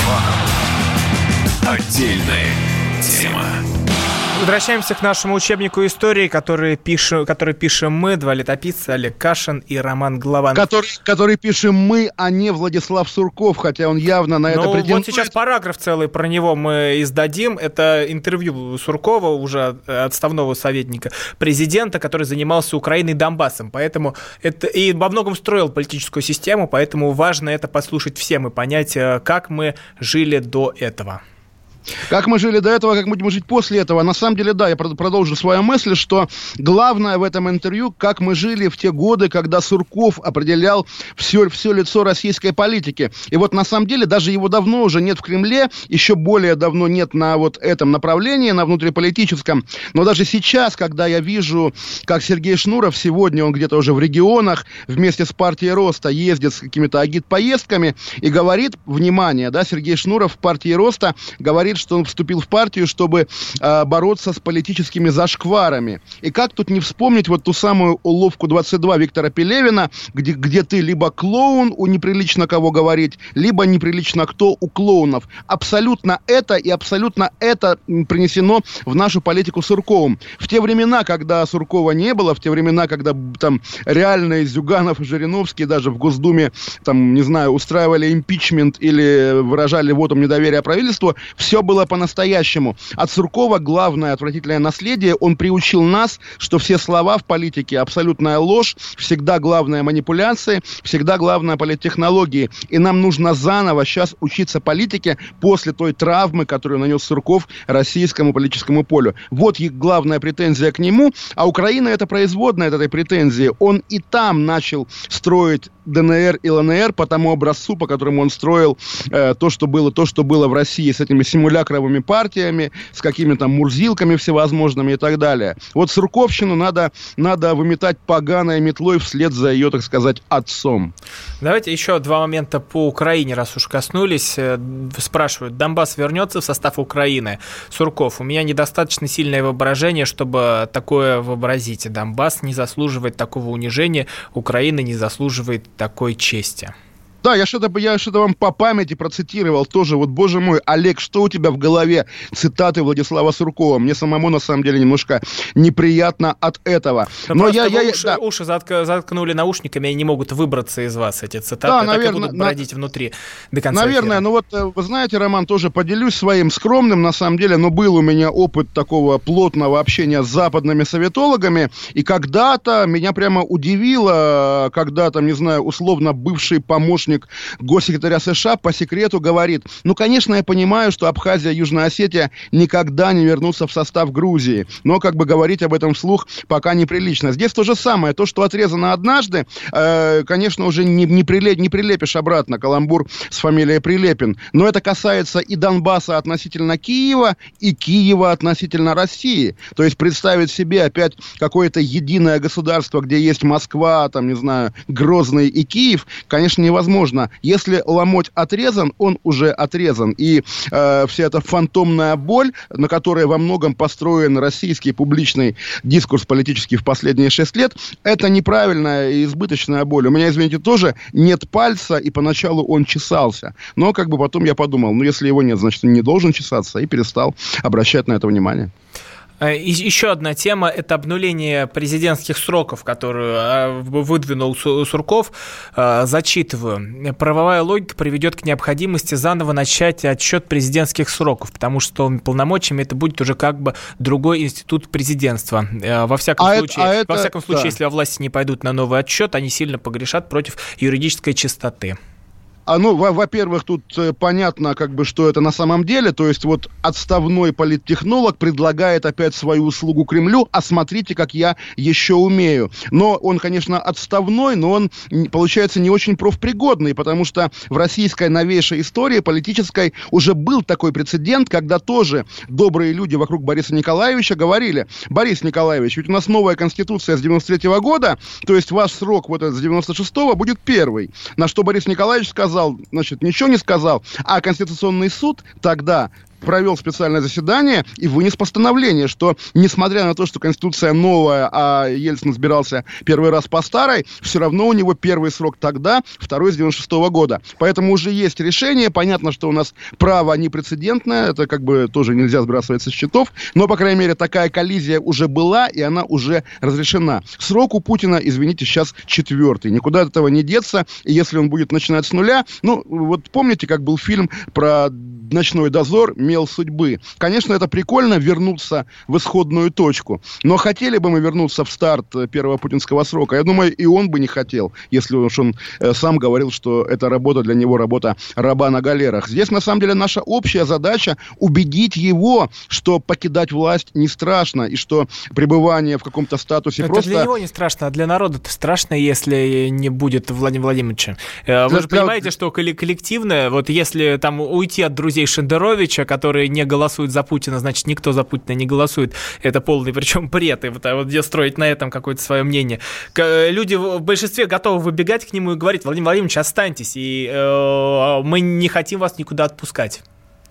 Отдельная тема. Возвращаемся к нашему учебнику истории, который пишем, который пишем мы, два летописца, Олег Кашин и Роман Голованов. Который, который пишем мы, а не Владислав Сурков, хотя он явно на это ну, претендует. Вот сейчас параграф целый про него мы издадим. Это интервью Суркова, уже отставного советника президента, который занимался Украиной и Донбассом. Поэтому это и во многом строил политическую систему, поэтому важно это послушать всем и понять, как мы жили до этого. Как мы жили до этого, как мы будем жить после этого. На самом деле, да, я продолжу свою мысль, что главное в этом интервью, как мы жили в те годы, когда Сурков определял все, все лицо российской политики. И вот на самом деле даже его давно уже нет в Кремле, еще более давно нет на вот этом направлении, на внутриполитическом. Но даже сейчас, когда я вижу, как Сергей Шнуров, сегодня он где-то уже в регионах, вместе с партией Роста ездит с какими-то агитпоездками и говорит, внимание, да, Сергей Шнуров в партии Роста говорит, что он вступил в партию, чтобы э, бороться с политическими зашкварами. И как тут не вспомнить вот ту самую уловку двадцать два Виктора Пелевина, где, где ты либо клоун, у неприлично кого говорить, либо неприлично кто у клоунов. Абсолютно это и абсолютно это принесено в нашу политику Сурковым. В те времена, когда Суркова не было, в те времена, когда там реально Зюганов и Жириновский даже в Госдуме, там, не знаю, устраивали импичмент или выражали вотум недоверия правительству, все было по-настоящему. От Суркова главное отвратительное наследие. Он приучил нас, что все слова в политике абсолютная ложь, всегда главное манипуляции, всегда главное политтехнологии. И нам нужно заново сейчас учиться политике после той травмы, которую нанес Сурков российскому политическому полю. Вот их главная претензия к нему. А Украина — это производная от этой претензии. Он и там начал строить ДНР и ЛНР по тому образцу, по которому он строил э, то, что было, то, что было в России с этими симулякровыми партиями, с какими-то мурзилками всевозможными и так далее. Вот Сурковщину надо, надо выметать поганой метлой вслед за ее, так сказать, отцом. Давайте еще два момента по Украине, раз уж коснулись. Спрашивают, Донбасс вернется в состав Украины? Сурков, у меня недостаточно сильное воображение, чтобы такое вообразить. Донбасс не заслуживает такого унижения, Украина не заслуживает такой чести. Да, я что-то, я что-то вам по памяти процитировал тоже. Вот, боже мой, Олег, что у тебя в голове? Цитаты Владислава Суркова. Мне самому, на самом деле, немножко неприятно от этого. Но, Но я, я, уши, да. уши затк, заткнули наушниками, и не могут выбраться из вас эти цитаты. Да, наверное, так и будут бродить на... внутри до конца Наверное, эфира. Ну вот, вы знаете, Роман, тоже поделюсь своим скромным, на самом деле, но был у меня опыт такого плотного общения с западными советологами, и когда-то меня прямо удивило, когда там, не знаю, условно бывший помощник госсекретаря США по секрету говорит, ну, конечно, я понимаю, что Абхазия и Южная Осетия никогда не вернутся в состав Грузии, но как бы говорить об этом вслух пока неприлично. Здесь то же самое, то, что отрезано однажды, э, конечно, уже не, не, прилеп, не прилепишь обратно, каламбур с фамилией Прилепин, но это касается и Донбасса относительно Киева, и Киева относительно России. То есть представить себе опять какое-то единое государство, где есть Москва, там, не знаю, Грозный и Киев, конечно, невозможно. Если ломоть отрезан, он уже отрезан. И э, вся эта фантомная боль, на которой во многом построен российский публичный дискурс политический в последние шесть лет, это неправильная и избыточная боль. У меня, извините, тоже нет пальца, и поначалу он чесался. Но как бы потом я подумал, ну если его нет, значит он не должен чесаться, и перестал обращать на это внимание. Еще одна тема – это обнуление президентских сроков, которую выдвинул Сурков. Зачитываю. Правовая логика приведет к необходимости заново начать отсчет президентских сроков, потому что полномочиями это будет уже как бы другой институт президентства. Во всяком а случае, это, а это, во всяком случае да. Если во власти не пойдут на новый отсчет, они сильно погрешат против юридической чистоты. А, ну, во- во-первых, тут э, понятно, как бы, что это на самом деле. То есть вот отставной политтехнолог предлагает опять свою услугу Кремлю, а смотрите, как я еще умею. Но он, конечно, отставной, но он, получается, не очень профпригодный, потому что в российской новейшей истории политической уже был такой прецедент, когда тоже добрые люди вокруг Бориса Николаевича говорили: Борис Николаевич, ведь у нас новая конституция с девяносто третьего года, то есть ваш срок вот этот с девяносто шестого будет первый. На что Борис Николаевич сказал, значит, ничего не сказал, а Конституционный суд тогда провел специальное заседание и вынес постановление, что, несмотря на то, что Конституция новая, а Ельцин избирался первый раз по старой, все равно у него первый срок тогда, второй с девяносто шестого года. Поэтому уже есть решение. Понятно, что у нас право непрецедентное, это как бы тоже нельзя сбрасывать со счетов, но, по крайней мере, такая коллизия уже была, и она уже разрешена. Срок у Путина, извините, сейчас четвертый. Никуда от этого не деться. И если он будет начинать с нуля, ну, вот помните, как был фильм про «Ночной дозор», «Мел судьбы». Конечно, это прикольно вернуться в исходную точку. Но хотели бы мы вернуться в старт первого путинского срока? Я думаю, и он бы не хотел, если уж он э, сам говорил, что эта работа для него работа раба на галерах. Здесь, на самом деле, наша общая задача убедить его, что покидать власть не страшно, и что пребывание в каком-то статусе это просто... для него не страшно, а для народа-то страшно, если не будет Владимира Владимировича. Вы для, же понимаете, для... что коллективное, вот если там уйти от друзей Шендеровича, которые не голосуют за Путина, значит, никто за Путина не голосует. Это полный, причем бред. И вот, а вот где строить на этом какое-то свое мнение. Люди в большинстве готовы выбегать к нему и говорить: Владимир Владимирович, останьтесь, и э, мы не хотим вас никуда отпускать.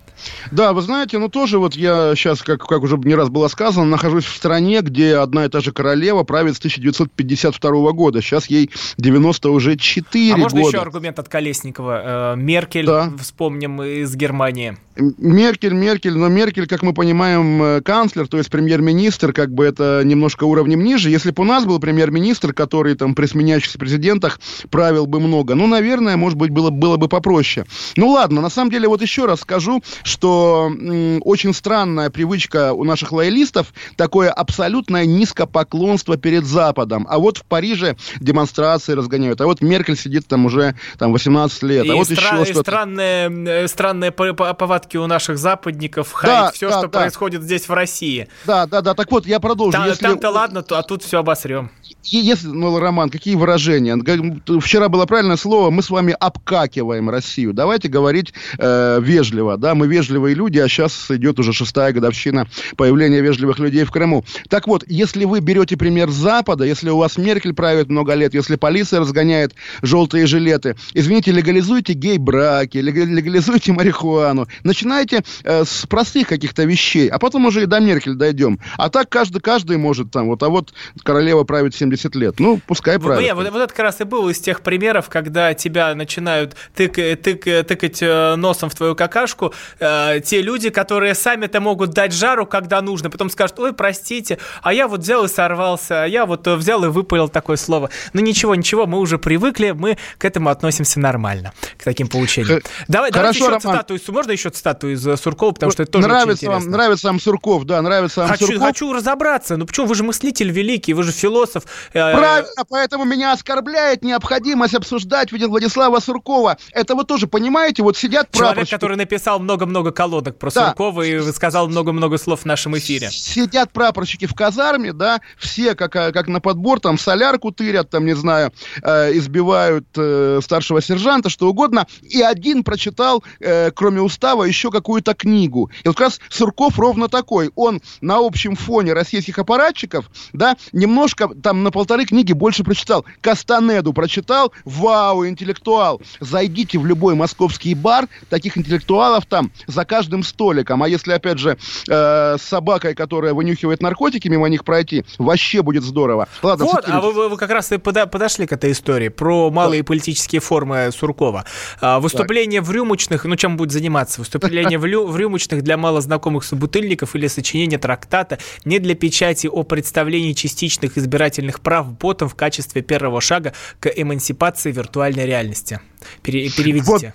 Да, вы знаете, ну тоже вот я сейчас, как, как уже не раз было сказано, нахожусь в стране, где одна и та же королева правит с тысяча девятьсот пятьдесят второго года. Сейчас ей девяносто уже четыре года. А можно еще аргумент от Колесникова? Меркель, да. Вспомним, из Германии. Меркель, Меркель, но Меркель, как мы понимаем, канцлер, то есть премьер-министр, как бы это немножко уровнем ниже. Если бы у нас был премьер-министр, который там при сменяющихся президентах правил бы много, ну, наверное, может быть, было, было бы попроще. Ну, ладно, на самом деле, вот еще раз скажу, что м, очень странная привычка у наших лоялистов, такое абсолютное низкопоклонство перед Западом. А вот в Париже демонстрации разгоняют, а вот Меркель сидит там уже там, восемнадцать лет, и а вот стра- еще и что-то. Странные, странные повадки у наших западников хаять да, все, да, что да. происходит здесь в России. Да, да, да, так вот, я продолжу. Там, если... Там-то ладно, а тут все обосрем. Если, ну, Роман, какие выражения? Вчера было правильное слово, мы с вами обкакиваем Россию. Давайте говорить э, вежливо, да, мы вежливые люди, а сейчас идет уже шестая годовщина появления вежливых людей в Крыму. Так вот, если вы берете пример Запада, если у вас Меркель правит много лет, если полиция разгоняет желтые жилеты, извините, легализуйте гей-браки, легализуйте марихуану, начинайте э, с простых каких-то вещей, а потом уже и до Меркель дойдем. А так каждый, каждый может там, вот, а вот королева правит семьдесят лет. Ну, пускай правит. Вот, вот это как раз и было из тех примеров, когда тебя начинают тык, тык, тыкать носом в твою какашку э, те люди, которые сами-то могут дать жару, когда нужно, потом скажут: ой, простите, а я вот взял и сорвался, а я вот взял и выпалил такое слово. Ну, ничего, ничего, мы уже привыкли, мы к этому относимся нормально, к таким получениям. Х- Давай, давайте еще Роман. цитату, можно еще цитату из Суркова, потому что это тоже нравится очень интересно. Вам, нравится вам Сурков, да, нравится вам хочу, Сурков. Хочу разобраться, ну почему, вы же мыслитель великий, вы же философ. Правильно, поэтому меня оскорбляет необходимость обсуждать Владислава Суркова. Это вы тоже понимаете, вот сидят человек, прапорщики. который написал много-много колодок про да. Суркова и сказал много-много слов в нашем эфире. Сидят прапорщики в казарме, да, все как, как на подбор, там солярку тырят, там, не знаю, э, избивают э, старшего сержанта, что угодно, и один прочитал, э, кроме устава, еще какую-то книгу. И вот как раз Сурков ровно такой. Он на общем фоне российских аппаратчиков, да, немножко там на полторы книги больше прочитал. Кастанеду прочитал, вау, интеллектуал. Зайдите в любой московский бар, таких интеллектуалов там за каждым столиком. А если, опять же, э, с собакой, которая вынюхивает наркотики, мимо них пройти, вообще будет здорово. Ладно, вот, а вы, вы как раз и подошли к этой истории про малые да. политические формы Суркова. А, выступление так. в рюмочных, ну чем будет заниматься? Выступление в, лю, в рюмочных для малознакомых собутыльников или сочинение трактата не для печати о представлении частичных избирательных прав ботов в качестве первого шага к эмансипации виртуальной реальности. Пере, переведите. Вот.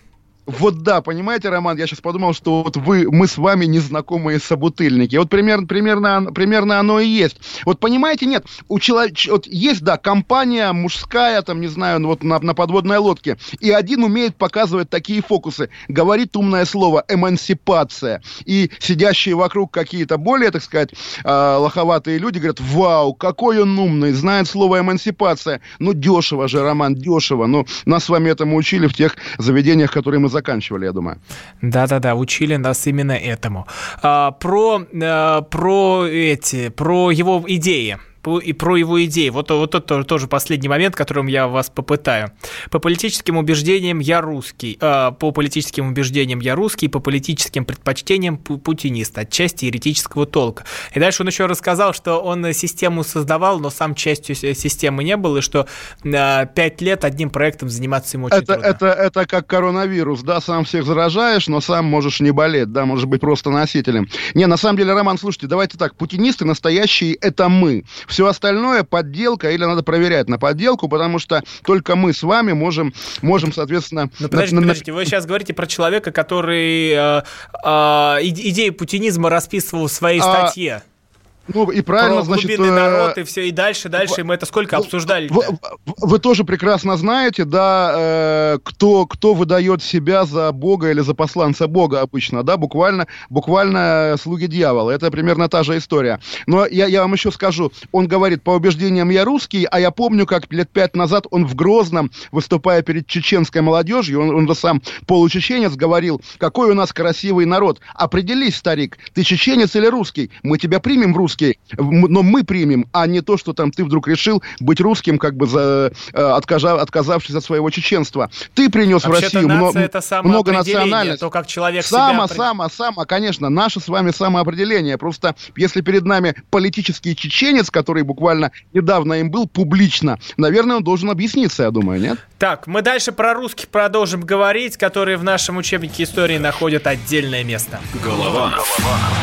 Вот да, понимаете, Роман, я сейчас подумал, что вот вы, мы с вами незнакомые собутыльники. Вот примерно, примерно, примерно оно и есть. Вот понимаете, нет, у человека, вот есть, да, компания мужская, там, не знаю, вот на, на подводной лодке, и один умеет показывать такие фокусы, говорит умное слово «эмансипация», и сидящие вокруг какие-то более, так сказать, э, лоховатые люди говорят: вау, какой он умный, знает слово «эмансипация». Ну, дешево же, Роман, дешево. Ну, нас с вами этому учили в тех заведениях, которые мы заканчивали, я думаю. Да-да-да, учили нас именно этому. А, про, а, про эти, про его идеи. И про его идеи. Вот, вот это тоже последний момент, которым я вас попытаю. По политическим убеждениям я русский. Э, по политическим убеждениям я русский, по политическим предпочтениям путинист, отчасти еретического толка. И дальше он еще рассказал, что он систему создавал, но сам частью системы не был, и что э, пять лет одним проектом заниматься ему очень это, трудно. Это, это как коронавирус, да, сам всех заражаешь, но сам можешь не болеть, да, можешь быть просто носителем. Не, на самом деле, Роман, слушайте, давайте так, путинисты настоящие — это мы. Все остальное подделка, или надо проверять на подделку, потому что только мы с вами можем, можем соответственно... Ну, подождите, на... подождите, вы сейчас говорите про человека, который э, э, идею путинизма расписывал в своей статье. А... Ну, и правильно, про значит... глубинный народ и все, и дальше, дальше, в, мы это сколько обсуждали? Вы, вы тоже прекрасно знаете, да, э, кто, кто выдает себя за Бога или за посланца Бога обычно, да, буквально, буквально слуги дьявола. Это примерно та же история. Но я, я вам еще скажу, он говорит: по убеждениям я русский, а я помню, как лет пять назад он в Грозном, выступая перед чеченской молодежью, он, он же сам получеченец, говорил: какой у нас красивый народ. Определись, старик, ты чеченец или русский? Мы тебя примем в русский. Но мы примем, а не то, что там ты вдруг решил быть русским, как бы за, откажа, отказавшись от своего чеченства. Ты принес вообще-то в Россию много, это много национальностей. То, как человек само, себя... само, само, конечно, наше с вами самоопределение. Просто если перед нами политический чеченец, который буквально недавно им был публично, наверное, он должен объясниться, я думаю, нет? Так, мы дальше про русских продолжим говорить, которые в нашем учебнике истории находят отдельное место. Голованов.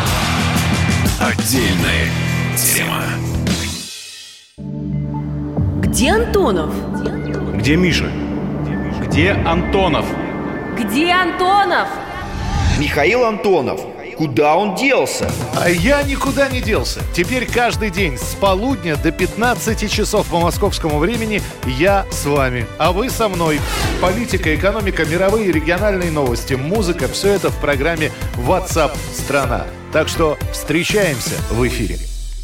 Отдельная тема. Где Антонов? Где Миша? Где Антонов? Где Антонов? Михаил Антонов. Куда он делся? А я никуда не делся. Теперь каждый день с полудня до пятнадцати часов по московскому времени я с вами, а вы со мной. Политика, экономика, мировые и региональные новости, музыка — все это в программе WhatsApp страна. Так что встречаемся в эфире.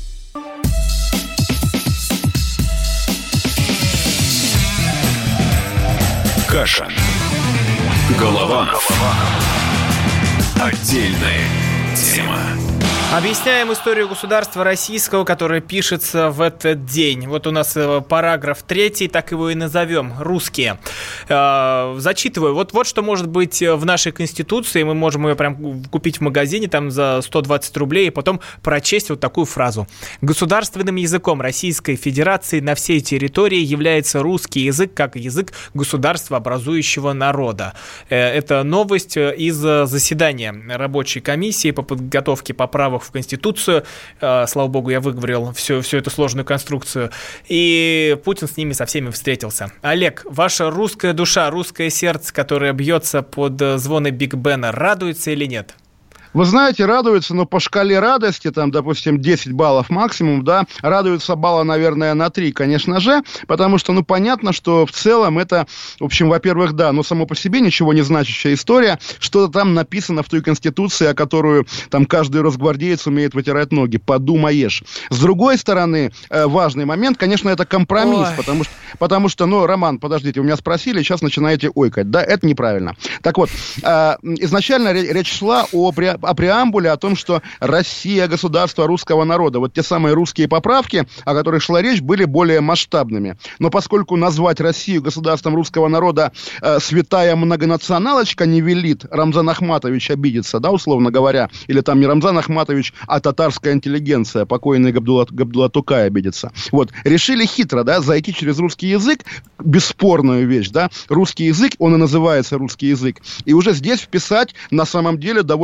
Каша. Голованов. Отдельная тема. Объясняем историю государства российского, которое пишется в этот день. Вот у нас параграф третий, так его и назовем, русские. Зачитываю. Вот, вот что может быть в нашей Конституции. Мы можем ее прям купить в магазине там за сто двадцать рублей и потом прочесть вот такую фразу. Государственным языком Российской Федерации на всей территории является русский язык как язык государства образующего народа. Это новость из заседания рабочей комиссии по подготовке поправок в Конституцию. Слава богу, я выговорил всю, всю эту сложную конструкцию. И Путин с ними со всеми встретился. Олег, ваша русская душа, русское сердце, которое бьется под звоны Биг Бена, радуется или нет? Вы знаете, радуется, но по шкале радости, там, допустим, десять баллов максимум, да, радуется балла, наверное, на три, конечно же, потому что, ну, понятно, что в целом это, в общем, во-первых, да, но само по себе ничего не значащая история, что-то там написано в той Конституции, о которую там каждый росгвардеец умеет вытирать ноги, подумаешь. С другой стороны, э, важный момент, конечно, это компромисс, потому что, потому что, ну, Роман, подождите, вы меня спросили, сейчас начинаете ойкать, да, это неправильно. Так вот, э, изначально речь шла о пре- о преамбуле, о том, что Россия — государство русского народа. Вот те самые русские поправки, о которых шла речь, были более масштабными. Но поскольку назвать Россию государством русского народа э, святая многонационалочка не велит, Рамзан Ахматович обидится, да, условно говоря, или там не Рамзан Ахматович, а татарская интеллигенция, покойный Габдулла, Габдулла Тукай обидится. Вот, решили хитро, да, зайти через русский язык, бесспорную вещь, да, русский язык, он и называется русский язык, и уже здесь вписать на самом деле довольно мощно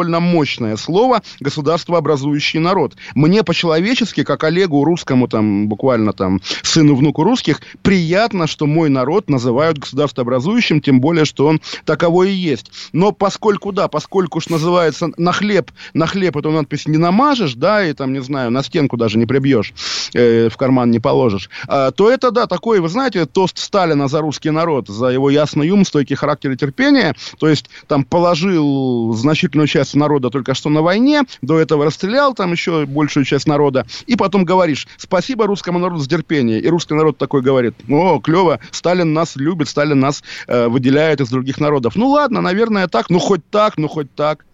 мощное слово «государствообразующий народ». Мне по-человечески, как Олегу русскому, там, буквально там, сыну, внуку русских, приятно, что мой народ называют государствообразующим, тем более, что он таковой и есть. Но поскольку, да, поскольку уж называется на хлеб, на хлеб эту надпись не намажешь, да, и там, не знаю, на стенку даже не прибьешь, э, в карман не положишь, э, то это, да, такой, вы знаете, тост Сталина за русский народ, за его ясный ум, стойкий характер и терпение, то есть там положил значительную часть народа только что на войне, до этого расстрелял там еще большую часть народа, и потом говоришь: спасибо русскому народу за терпение. И русский народ такой говорит: о, клево, Сталин нас любит, Сталин нас э, выделяет из других народов. Ну ладно, наверное, так, ну хоть так, ну хоть так.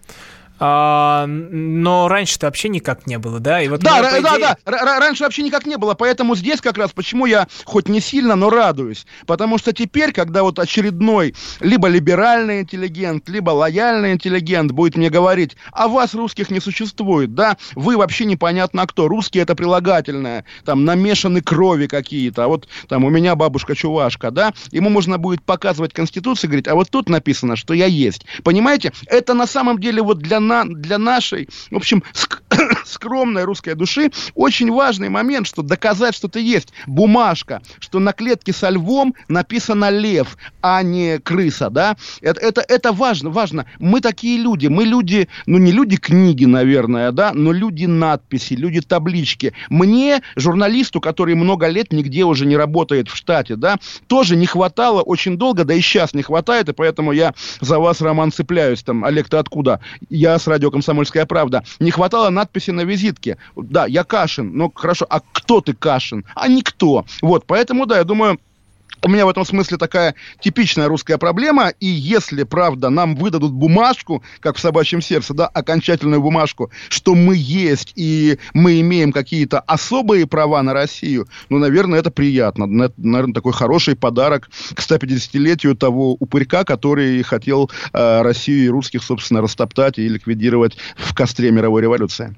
А, но раньше-то вообще никак не было, да? И вот да, меня, р- да, идее... да, Р- раньше вообще никак не было, поэтому здесь как раз, почему я хоть не сильно, но радуюсь. Потому что теперь, когда вот очередной либо либеральный интеллигент, либо лояльный интеллигент будет мне говорить: а вас, русских, не существует, да? Вы вообще непонятно кто. Русские — это прилагательное, там намешаны крови какие-то, а вот там у меня бабушка чувашка, да? Ему можно будет показывать Конституцию и говорить: а вот тут написано, что я есть. Понимаете? Это на самом деле вот для На, для нашей, в общем, ск- скромной русской души очень важный момент, что доказать, что ты есть. Бумажка, что на клетке со львом написано лев, а не крыса, да? Это, это, это важно, важно. Мы такие люди, мы люди, ну не люди книги, наверное, да, но люди надписи, люди таблички. Мне, журналисту, который много лет нигде уже не работает в штате, да, тоже не хватало очень долго, да и сейчас не хватает, и поэтому я за вас, Роман, цепляюсь. Там: Олег, ты откуда? Я с радио «Комсомольская правда». Не хватало надписи на визитке. Да, я Кашин. Ну, хорошо, а кто ты, Кашин? А никто. Вот, поэтому, да, я думаю... У меня в этом смысле такая типичная русская проблема, и если, правда, нам выдадут бумажку, как в «Собачьем сердце», да, окончательную бумажку, что мы есть и мы имеем какие-то особые права на Россию, ну, наверное, это приятно. Это, наверное, такой хороший подарок к стопятидесятилетию того упырька, который хотел э, Россию и русских, собственно, растоптать и ликвидировать в костре мировой революции.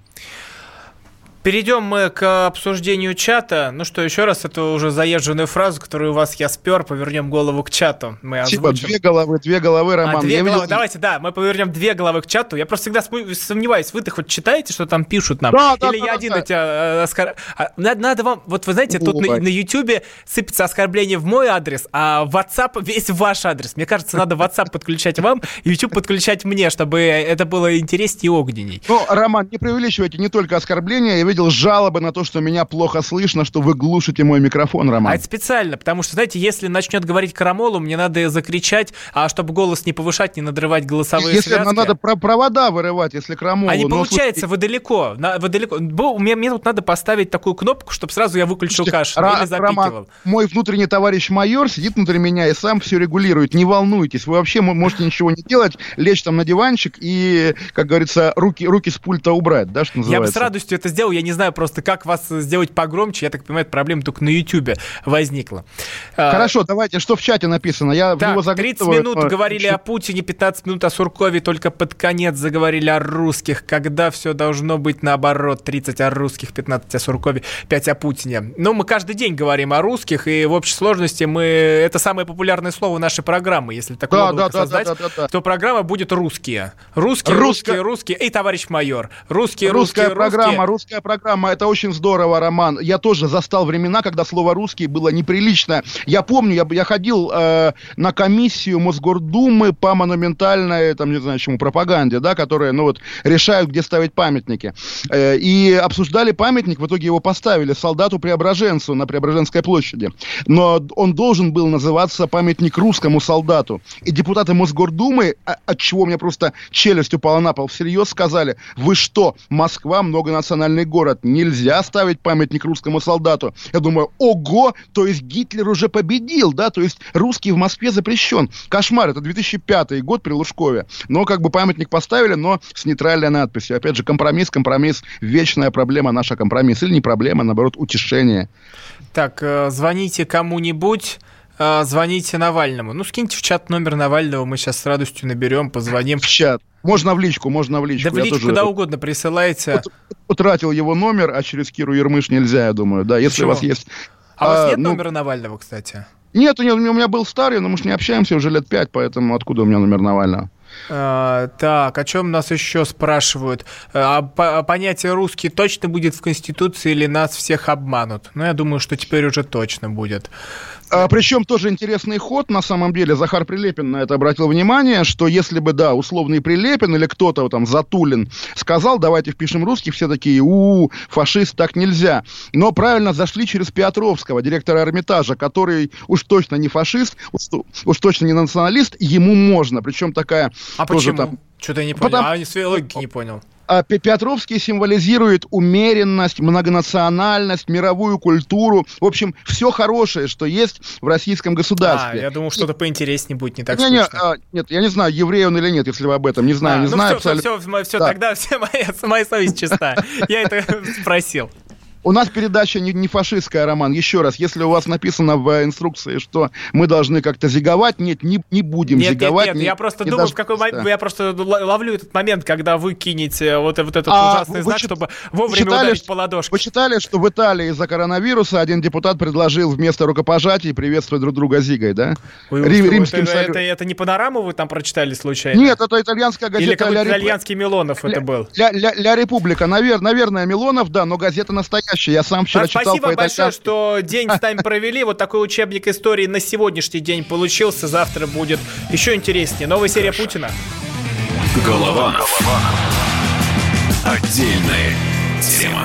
Перейдем мы к обсуждению чата. Ну что, еще раз, это уже заезженную фразу, которую у вас я спер. Повернем голову к чату. Мы типа две головы, две головы, Роман. А, две я головы. видел... Давайте, да, мы повернем две головы к чату. Я просто всегда сомневаюсь, вы-то хоть читаете, что там пишут нам? Да, да, Или да, я да, один да. эти... А, оскор... а, надо, надо вам... Вот вы знаете, тут на, на Ютубе сыпется оскорбление в мой адрес, а WhatsApp весь в ваш адрес. Мне кажется, надо WhatsApp подключать вам, YouTube подключать мне, чтобы это было интереснее и огненней. Ну, Роман, не преувеличивайте, не только оскорбления. Я видел жалобы на то, что меня плохо слышно, что вы глушите мой микрофон, Роман. А это специально, потому что, знаете, если начнет говорить Крамолу, мне надо закричать, а чтобы голос не повышать, не надрывать голосовые если связки. Если надо про- провода вырывать, если Крамолу... А не но, получается, слушайте... вы далеко. На, вы далеко. Мне, мне тут надо поставить такую кнопку, чтобы сразу я выключил Кашина Ра- или запикивал. Роман, мой внутренний товарищ майор сидит внутри меня и сам все регулирует. Не волнуйтесь, вы вообще можете ничего не делать, лечь там на диванчик и, как говорится, руки, руки с пульта убрать, да, что называется. Я бы с радостью это сделал, я не знаю просто, как вас сделать погромче. Я так понимаю, эта проблема только на Ютубе возникла. Хорошо, давайте, что в чате написано? Я так, его тридцать минут но... говорили о Путине, пятнадцать минут о Суркове, только под конец заговорили о русских. Когда все должно быть наоборот? тридцать о русских, пятнадцать о Суркове, пять о Путине. Ну, мы каждый день говорим о русских, и в общей сложности мы... Это самое популярное слово нашей программы. Если такое да, да, да, создать, да, да, да, да. то программа будет «Русские». Русские, Русско... русские, русские. Эй, товарищ майор. Русские, русская русские, программа, русские. Русская программа. Это очень здорово, Роман. Я тоже застал времена, когда слово «русский» было неприлично. Я помню, я, я ходил э, на комиссию Мосгордумы по монументальной, там, не знаю, чему, пропаганде, да, которые, ну вот, решают, где ставить памятники. Э, и обсуждали памятник, в итоге его поставили солдату-преображенцу на Преображенской площади. Но он должен был называться «Памятник русскому солдату». И депутаты Мосгордумы, от чего у меня просто челюсть упала на пол, всерьез сказали: вы что, Москва многонациональный город, нельзя ставить памятник русскому солдату. Я думаю, ого, то есть Гитлер уже победил, да, то есть русский в Москве запрещен. Кошмар, это две тысячи пятый год при Лужкове. Но как бы памятник поставили, но с нейтральной надписью. Опять же, компромисс, компромисс, вечная проблема наша компромисс. Или не проблема, наоборот, утешение. Так, звоните кому-нибудь. Звоните Навальному. Ну, скиньте в чат номер Навального, мы сейчас с радостью наберем, позвоним. В чат. Можно в личку, можно в личку. Да в личку куда угодно присылайте. Утратил его номер, а через Киру Ермыш нельзя, я думаю. Да, если Почему? у вас есть... А, а у вас нет ну... номера Навального, кстати? Нет, у меня, у меня был старый, но мы же не общаемся уже лет пять, поэтому откуда у меня номер Навального? А, так, о чем нас еще спрашивают? А, по, понятие «русский» точно будет в Конституции или нас всех обманут? Ну, я думаю, что теперь уже точно будет. А, причем тоже интересный ход, на самом деле, Захар Прилепин на это обратил внимание, что если бы, да, условный Прилепин или кто-то там, Затулин, сказал, давайте впишем русских, все такие, у-у, фашист, так нельзя. Но правильно зашли через Петровского, директора Эрмитажа, который уж точно не фашист, уж, уж точно не националист, ему можно. Причем такая... А тоже почему? Там... Что-то я не понял. Потому... А, своей логики не понял. Петровский символизирует умеренность, многонациональность, мировую культуру. В общем, все хорошее, что есть в российском государстве. А, я думал, что-то поинтереснее будет, не так не, скучно. Не, а, нет, я не знаю, еврей он или нет, если вы об этом. Не знаю, а, не ну знаю. Все, все, все, все да. Тогда все, моя, моя совесть чиста. Я это спросил. У нас передача не, не фашистская, Роман. Еще раз, если у вас написано в инструкции, что мы должны как-то зиговать, нет, не, не будем нет, зиговать. Нет, нет, не, я просто не думаю, даже... в какой момент, я просто ловлю этот момент, когда вы кинете вот, вот этот а, ужасный знак, чит... чтобы вовремя читали, ударить по ладошке. Вы читали, что в Италии из-за коронавируса один депутат предложил вместо рукопожатий приветствовать друг друга зигой, да? Вы, Рим, это, римским это, это, это не панораму вы там прочитали случайно? Нет, это итальянская газета. Или какой-то итальянский Милонов ля, это был? Ля, ля, ля Република, навер, наверное, Милонов, да, но газета настоящая. Я сам вчера читал. Спасибо большое, что день с нами провели. Вот такой учебник истории на сегодняшний день получился. Завтра будет еще интереснее. Новая серия Путина. Голованов. Отдельная тема.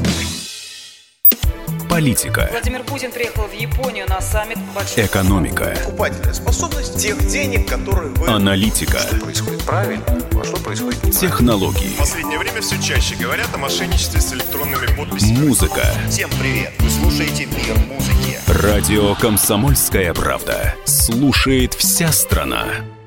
Политика. Владимир Путин приехал в Японию на саммит большой... Экономика. Покупательная способность тех денег, которые вы... Аналитика. Что происходит правильно, а что происходит неправильно. Технологии. В последнее время все чаще говорят о мошенничестве с электронными подписями. Музыка. Всем привет! Вы слушаете «Мир музыки». Радио «Комсомольская правда». Слушает вся страна.